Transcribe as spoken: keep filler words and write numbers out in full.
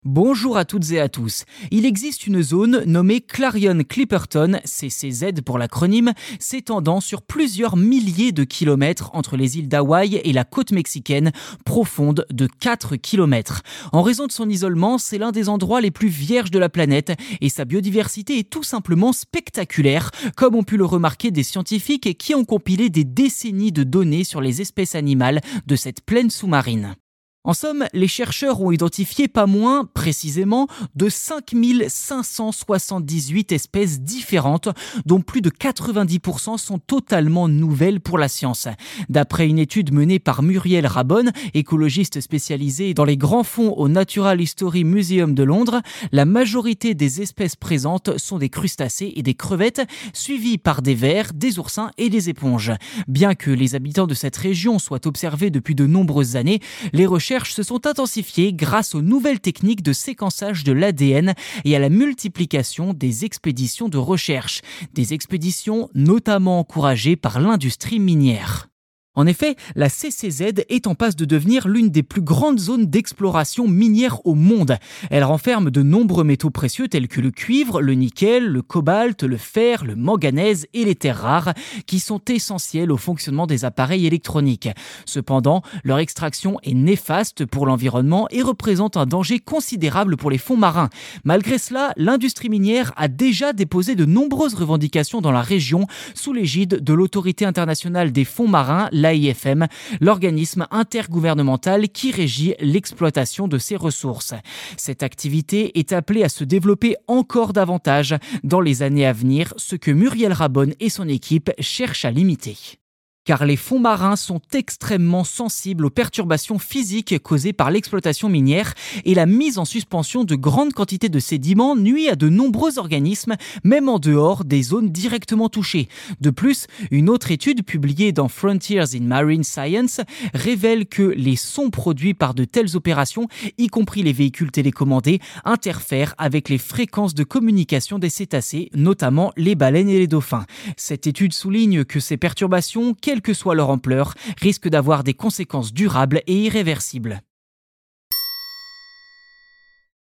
Bonjour à toutes et à tous. Il existe une zone nommée Clarion-Clipperton, C C Z pour l'acronyme, s'étendant sur plusieurs milliers de kilomètres entre les îles d'Hawaï et la côte mexicaine, profonde de quatre kilomètres. En raison de son isolement, c'est l'un des endroits les plus vierges de la planète et sa biodiversité est tout simplement spectaculaire, comme ont pu le remarquer des scientifiques qui ont compilé des décennies de données sur les espèces animales de cette plaine sous-marine. En somme, les chercheurs ont identifié pas moins, précisément, de cinq mille cinq cent soixante-dix-huit espèces différentes, dont plus de quatre-vingt-dix pour cent sont totalement nouvelles pour la science. D'après une étude menée par Muriel Rabon, écologiste spécialisée dans les grands fonds au Natural History Museum de Londres, la majorité des espèces présentes sont des crustacés et des crevettes, suivies par des vers, des oursins et des éponges. Bien que les habitants de cette région soient observés depuis de nombreuses années, les recherches se sont intensifiées grâce aux nouvelles techniques de séquençage de l'A D N et à la multiplication des expéditions de recherche. Des expéditions notamment encouragées par l'industrie minière. En effet, la C C Z est en passe de devenir l'une des plus grandes zones d'exploration minière au monde. Elle renferme de nombreux métaux précieux tels que le cuivre, le nickel, le cobalt, le fer, le manganèse et les terres rares qui sont essentiels au fonctionnement des appareils électroniques. Cependant, leur extraction est néfaste pour l'environnement et représente un danger considérable pour les fonds marins. Malgré cela, l'industrie minière a déjà déposé de nombreuses revendications dans la région sous l'égide de l'Autorité internationale des fonds marins, l'A I F M, l'organisme intergouvernemental qui régit l'exploitation de ces ressources. Cette activité est appelée à se développer encore davantage dans les années à venir, ce que Muriel Rabon et son équipe cherchent à limiter. Car les fonds marins sont extrêmement sensibles aux perturbations physiques causées par l'exploitation minière et la mise en suspension de grandes quantités de sédiments nuit à de nombreux organismes, même en dehors des zones directement touchées. De plus, une autre étude publiée dans Frontiers in Marine Science révèle que les sons produits par de telles opérations, y compris les véhicules télécommandés, interfèrent avec les fréquences de communication des cétacés, notamment les baleines et les dauphins. Cette étude souligne que ces perturbations, quelle que soit leur ampleur, risque d'avoir des conséquences durables et irréversibles.